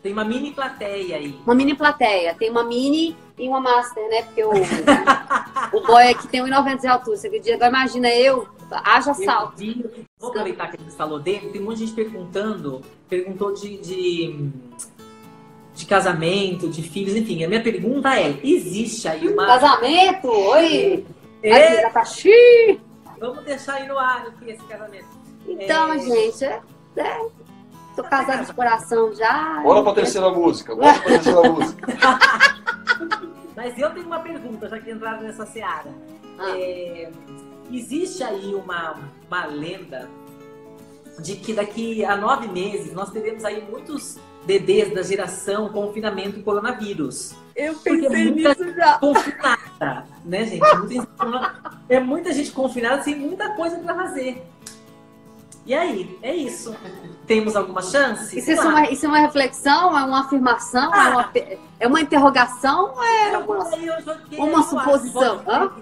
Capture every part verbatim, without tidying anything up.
Tem uma mini plateia aí. Uma mini plateia. Tem uma mini e uma master, né? Porque o, o boy aqui tem um e noventa de altura. Você acredita? Agora imagina eu, haja salto. Vi, vou aproveitar que a gente falou dele. Tem um monte de gente perguntando. Perguntou de, de, de casamento, de filhos, enfim. A minha pergunta é, existe aí uma... Casamento? Oi! É... Aqui, tá xiii. Vamos deixar aí no ar aqui esse casamento. Então, é... gente, é... é... Tô casada de coração já. Bora pra terceira música. Bora pra terceira música. Mas eu tenho uma pergunta, já que entraram nessa seara. Ah. É, existe aí uma, uma lenda de que daqui a nove meses nós teremos aí muitos bebês da geração confinamento coronavírus. Eu pensei nisso já. Confinada, né, gente? Muita gente, é muita gente confinada sem muita coisa pra fazer. E aí, é isso. Temos alguma chance? Isso, isso, é, uma, isso é uma reflexão? É uma afirmação? Ah. É, uma, é uma interrogação? Ou é uma, uma suposição?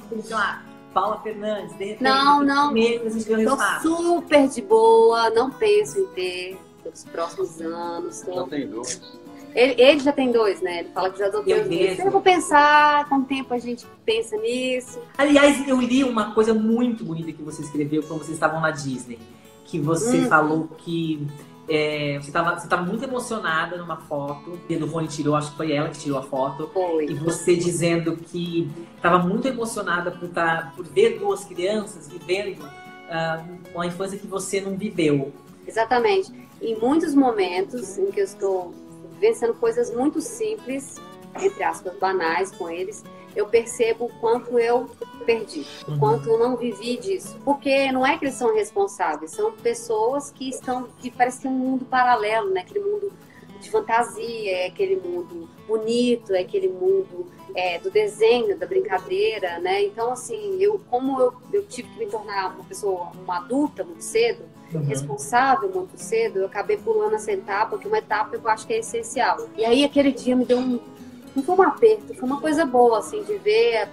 Lá, Paula Fernandes, de repente, não, não. Estou super de boa, não penso em ter nos próximos anos. Tô... Já tem dois. Ele, ele já tem dois, né? Ele fala que já deu dois. Eu vou pensar, com o tempo a gente pensa nisso. Aliás, eu li uma coisa muito bonita que você escreveu quando vocês estavam na Disney. Que você hum. falou que é, você estava você tava muito emocionada numa foto, que o Rony tirou, acho que foi ela que tirou a foto. Foi. E você dizendo que estava muito emocionada por, tá, por ver duas crianças vivendo uh, uma infância que você não viveu. Exatamente. Em muitos momentos em que eu estou vivenciando coisas muito simples, entre aspas, banais com eles, eu percebo o quanto eu perdi, o quanto eu não vivi disso. Porque não é que eles são responsáveis, são pessoas que estão, que parece um mundo paralelo, né? Aquele mundo de fantasia, é aquele mundo bonito, é aquele mundo é, do desenho, da brincadeira, né? Então, assim, eu, como eu, eu tive que me tornar uma pessoa, uma adulta muito cedo, uhum. responsável muito cedo, eu acabei pulando essa etapa, que é uma etapa que eu acho que é essencial. E aí, aquele dia me deu um... Não foi um aperto, foi uma coisa boa, assim, de ver,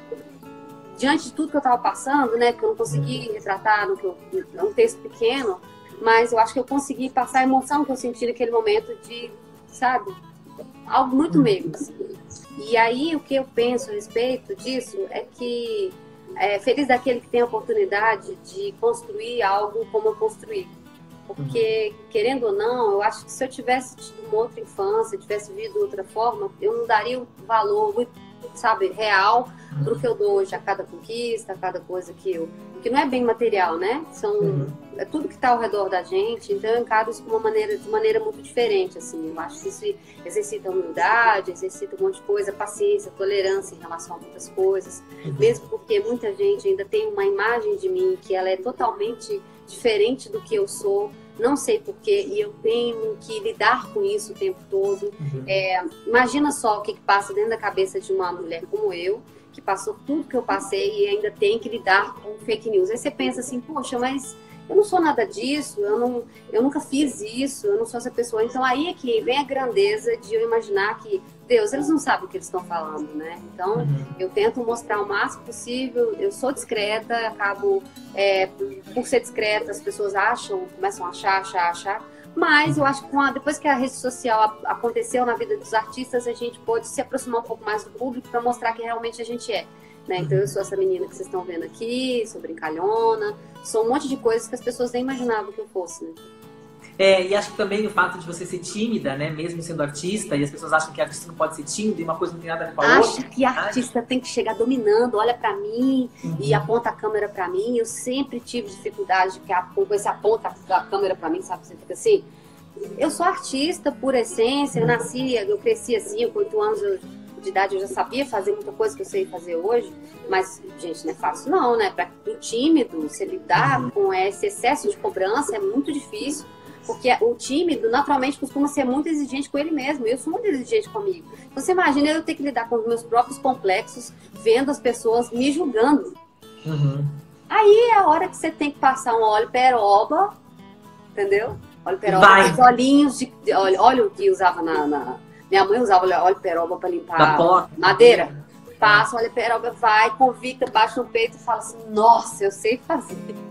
diante de tudo que eu estava passando, né, que eu não consegui retratar no que eu, é um texto pequeno, mas eu acho que eu consegui passar a emoção que eu senti naquele momento de, sabe, algo muito meigo, assim. E aí, o que eu penso a respeito disso é que é feliz daquele que tem a oportunidade de construir algo como eu construí. Porque, querendo ou não, eu acho que se eu tivesse tido uma outra infância, tivesse vivido de outra forma, eu não daria o valor, sabe, real para o que eu dou hoje a cada conquista, a cada coisa que eu... Que não é bem material, né? São, uhum. É tudo que está ao redor da gente, então eu encaro isso de uma maneira, de maneira muito diferente, assim. Eu acho que isso exercita a humildade, exercita um monte de coisa, paciência, tolerância em relação a muitas coisas. Uhum. Mesmo porque muita gente ainda tem uma imagem de mim que ela é totalmente... diferente do que eu sou, não sei porquê, e eu tenho que lidar com isso o tempo todo. Uhum. É, imagina só o que, que passa dentro da cabeça de uma mulher como eu, que passou tudo que eu passei e ainda tem que lidar com fake news. Aí você pensa assim, poxa, mas eu não sou nada disso, eu, não, eu nunca fiz isso, eu não sou essa pessoa. Então aí é que vem a grandeza de eu imaginar que, Deus, eles não sabem o que eles estão falando, né? Então, uhum. eu tento mostrar o máximo possível, eu sou discreta, acabo, é, por ser discreta, as pessoas acham, começam a achar, achar, achar, mas eu acho que a, depois que a rede social aconteceu na vida dos artistas, a gente pôde se aproximar um pouco mais do público para mostrar que realmente a gente é. Né? Então, eu sou essa menina que vocês estão vendo aqui, sou brincalhona, sou um monte de coisas que as pessoas nem imaginavam que eu fosse, né? É, e acho que também o fato de você ser tímida, né, mesmo sendo artista, e as pessoas acham que artista não pode ser tímido, e uma coisa não tem nada a ver com a outra. Acha que artista tem que chegar dominando, olha pra mim, uhum. e aponta a câmera pra mim. Eu sempre tive dificuldade com esse aponta a câmera pra mim, sabe? Você fica assim. Eu sou artista por essência, eu nasci, eu cresci assim, com oito anos eu, de idade eu já sabia fazer muita coisa que eu sei fazer hoje, mas, gente, não é fácil não, né? Para o tímido, se lidar uhum. com esse excesso de cobrança é muito difícil. Porque o tímido, naturalmente, costuma ser muito exigente com ele mesmo. Eu sou muito exigente comigo. Então, você imagina eu ter que lidar com os meus próprios complexos, vendo as pessoas me julgando. Uhum. Aí é a hora que você tem que passar um óleo peroba, entendeu? Óleo peroba, Vai. os olhinhos de, de óleo, óleo que usava na, na... Minha mãe usava óleo peroba para limpar madeira. Passa, óleo peroba, vai, convicta, baixa no peito e fala assim, nossa, eu sei fazer.